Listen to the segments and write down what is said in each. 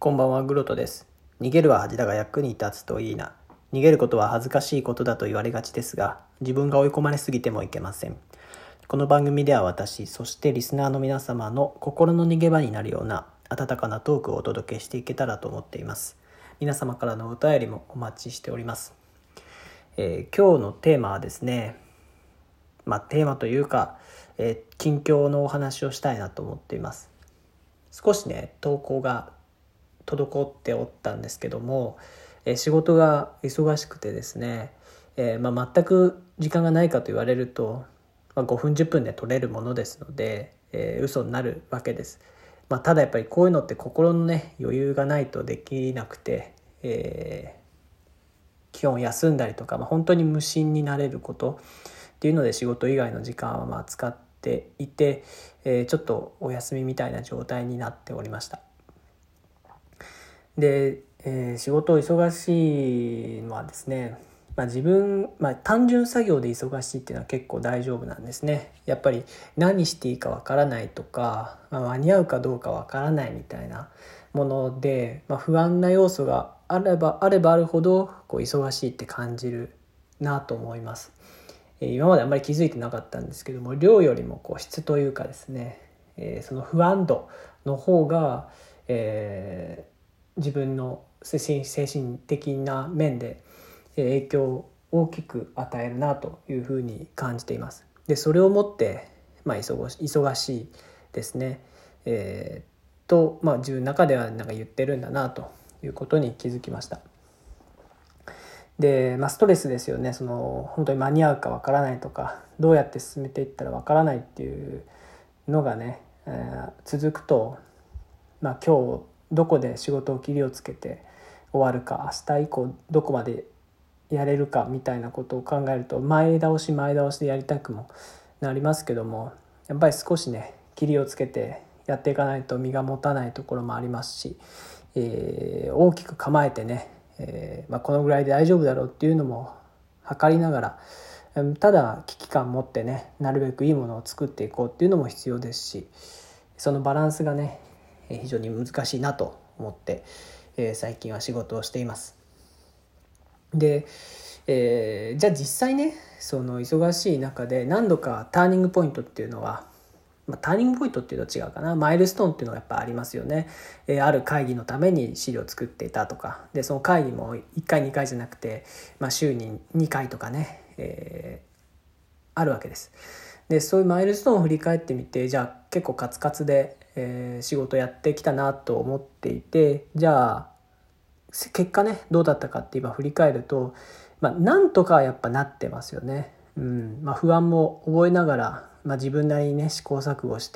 こんばんは、グロトです。逃げるは恥だが役に立つといいな。逃げることは恥ずかしいことだと言われがちですが、自分が追い込まれすぎてもいけません。この番組では私、そしてリスナーの皆様の心の逃げ場になるような温かなトークをお届けしていけたらと思っています。皆様からのお便りもお待ちしております。今日のテーマはですね、テーマというか、近況のお話をしたいなと思っています。少しね、投稿が滞っておったんですけども、仕事が忙しくてですね、全く時間がないかと言われると、5分10分で取れるものですので、嘘になるわけです。ただやっぱりこういうのって心のね余裕がないとできなくて、基本休んだりとか、本当に無心になれることっていうので仕事以外の時間は使っていて、ちょっとお休みみたいな状態になっておりました。で、仕事忙しいのはですね、自分、単純作業で忙しいっていうのは結構大丈夫なんですね。やっぱり何していいかわからないとか、間に合うかどうかわからないみたいなもので、不安な要素があればあるほど忙しいって感じるなと思います。今まであんまり気づいてなかったんですけども、量よりも質というかですね、その不安度の方が、自分の精神的な面で影響を大きく与えるなというふうに感じています。でそれをもって、忙しいですね、自分の中では言ってるんだなということに気づきました。で、ストレスですよね。本当に間に合うかわからないとか、どうやって進めていったらわからないっていうのがね、続くと、今日どこで仕事を切りをつけて終わるか、明日以降どこまでやれるかみたいなことを考えると、前倒しでやりたくもなりますけども、やっぱり少しね切りをつけてやっていかないと身が持たないところもありますし、大きく構えてね、このぐらいで大丈夫だろうっていうのも測りながら、ただ危機感持ってねなるべくいいものを作っていこうっていうのも必要ですし、そのバランスがね非常に難しいなと思って、最近は仕事をしています。で、じゃあ実際ねその忙しい中で何度かターニングポイントっていうのは、ターニングポイントっていうと違うかな、マイルストーンっていうのがやっぱありますよね。ある会議のために資料を作っていたとかで、その会議も1回2回じゃなくて、週に2回とかね、あるわけです。でそういうマイルストーンを振り返ってみて、じゃあ結構カツカツで、仕事やってきたなと思っていて、じゃあ結果ねどうだったかって今振り返ると、なんとかやっぱなってますよね。不安も覚えながら、自分なりにね試行錯誤して、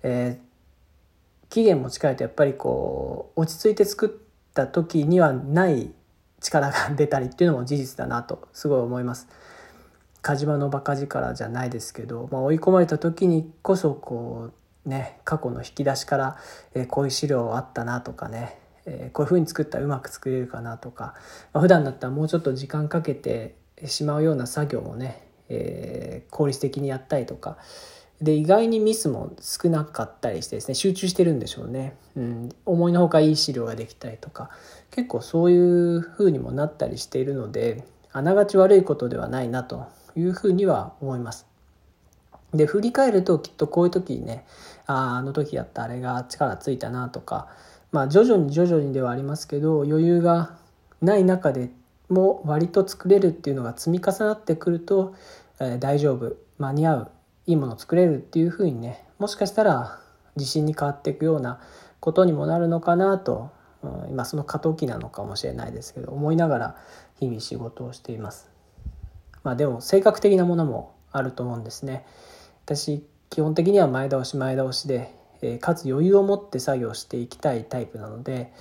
期限も近いとやっぱり落ち着いて作った時にはない力が出たりっていうのも事実だなとすごい思います。火事場の馬鹿力じゃないですけど、追い込まれた時にこそ過去の引き出しから、こういう資料あったなとかね、こういう風に作ったらうまく作れるかなとか、普段だったらもうちょっと時間かけてしまうような作業もね、効率的にやったりとかで、意外にミスも少なかったりしてですね、集中してるんでしょうね。思いのほかいい資料ができたりとか、結構そういう風にもなったりしているので、あながち悪いことではないなというふうには思います。で振り返るときっとこういう時にね、あの時やったあれが力ついたなとか、徐々にではありますけど、余裕がない中でも割と作れるっていうのが積み重なってくると、大丈夫、間に合う、いいものを作れるっていうふうにね、もしかしたら自信に変わっていくようなことにもなるのかなと、今その過渡期なのかもしれないですけど、思いながら日々仕事をしています。でも性格的なものもあると思うんですね。私基本的には前倒しで、かつ余裕を持って作業していきたいタイプなので、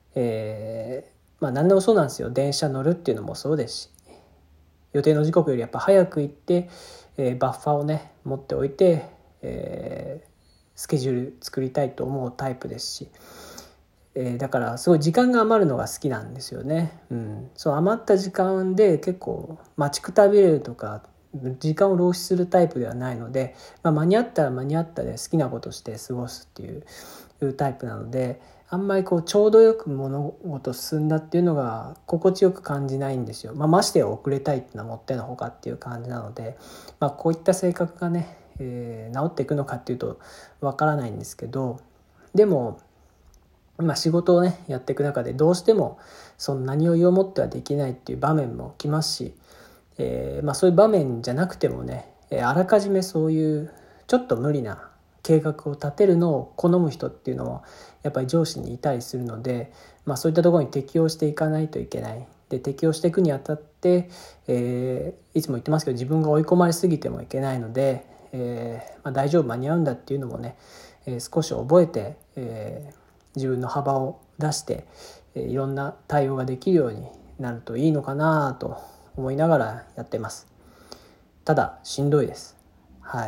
何でもそうなんですよ。電車乗るっていうのもそうですし、予定の時刻よりやっぱ早く行って、バッファーをね持っておいて、スケジュール作りたいと思うタイプですし、だからすごい時間が余るのが好きなんですよね。そう余った時間で結構待ちくたびれるとか時間を浪費するタイプではないので、間に合ったら間に合ったで好きなことして過ごすっていう、 タイプなので、あんまりちょうどよく物事進んだっていうのが心地よく感じないんですよ。ましてや遅れたいっていうのはもってのほかっていう感じなので、こういった性格がね、治っていくのかっていうとわからないんですけど、でも仕事をねやっていく中でどうしてもその何を言おうもってはできないっていう場面も来ますし、そういう場面じゃなくてもね、あらかじめそういうちょっと無理な計画を立てるのを好む人っていうのもやっぱり上司にいたりするので、そういったところに適応していかないといけない。で適応していくにあたって、いつも言ってますけど自分が追い込まれすぎてもいけないので、大丈夫間に合うんだっていうのもね、少し覚えて、自分の幅を出して、いろんな対応ができるようになるといいのかなと思いながらやってます。ただしんどいです。はい。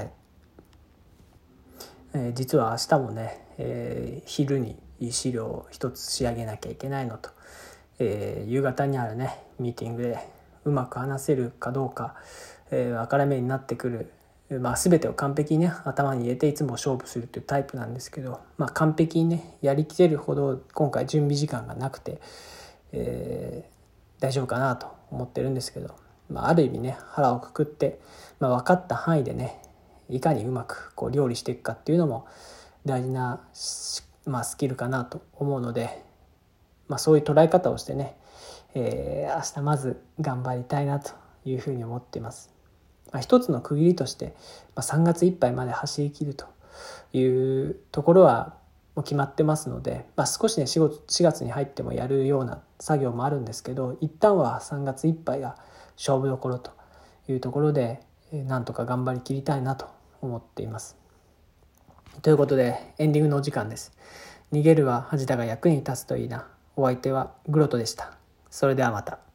実は明日もね、昼に資料を一つ仕上げなきゃいけないのと、夕方にあるねミーティングでうまく話せるかどうか、分から目になってくる。全てを完璧にね頭に入れていつも勝負するというタイプなんですけど、完璧にねやりきれるほど今回準備時間がなくて、大丈夫かなと思ってるんですけど、ある意味ね腹をくくって、分かった範囲でねいかにうまく料理していくかっていうのも大事な、スキルかなと思うので、そういう捉え方をしてね、明日まず頑張りたいなというふうに思っています。一つの区切りとして、3月いっぱいまで走り切るというところはもう決まってますので、少しね4月に入ってもやるような作業もあるんですけど、一旦は3月いっぱいが勝負どころというところで、なんとか頑張り切りたいなと思っています。ということでエンディングのお時間です。逃げるは恥だが役に立つといいな。お相手はグロトでした。それではまた。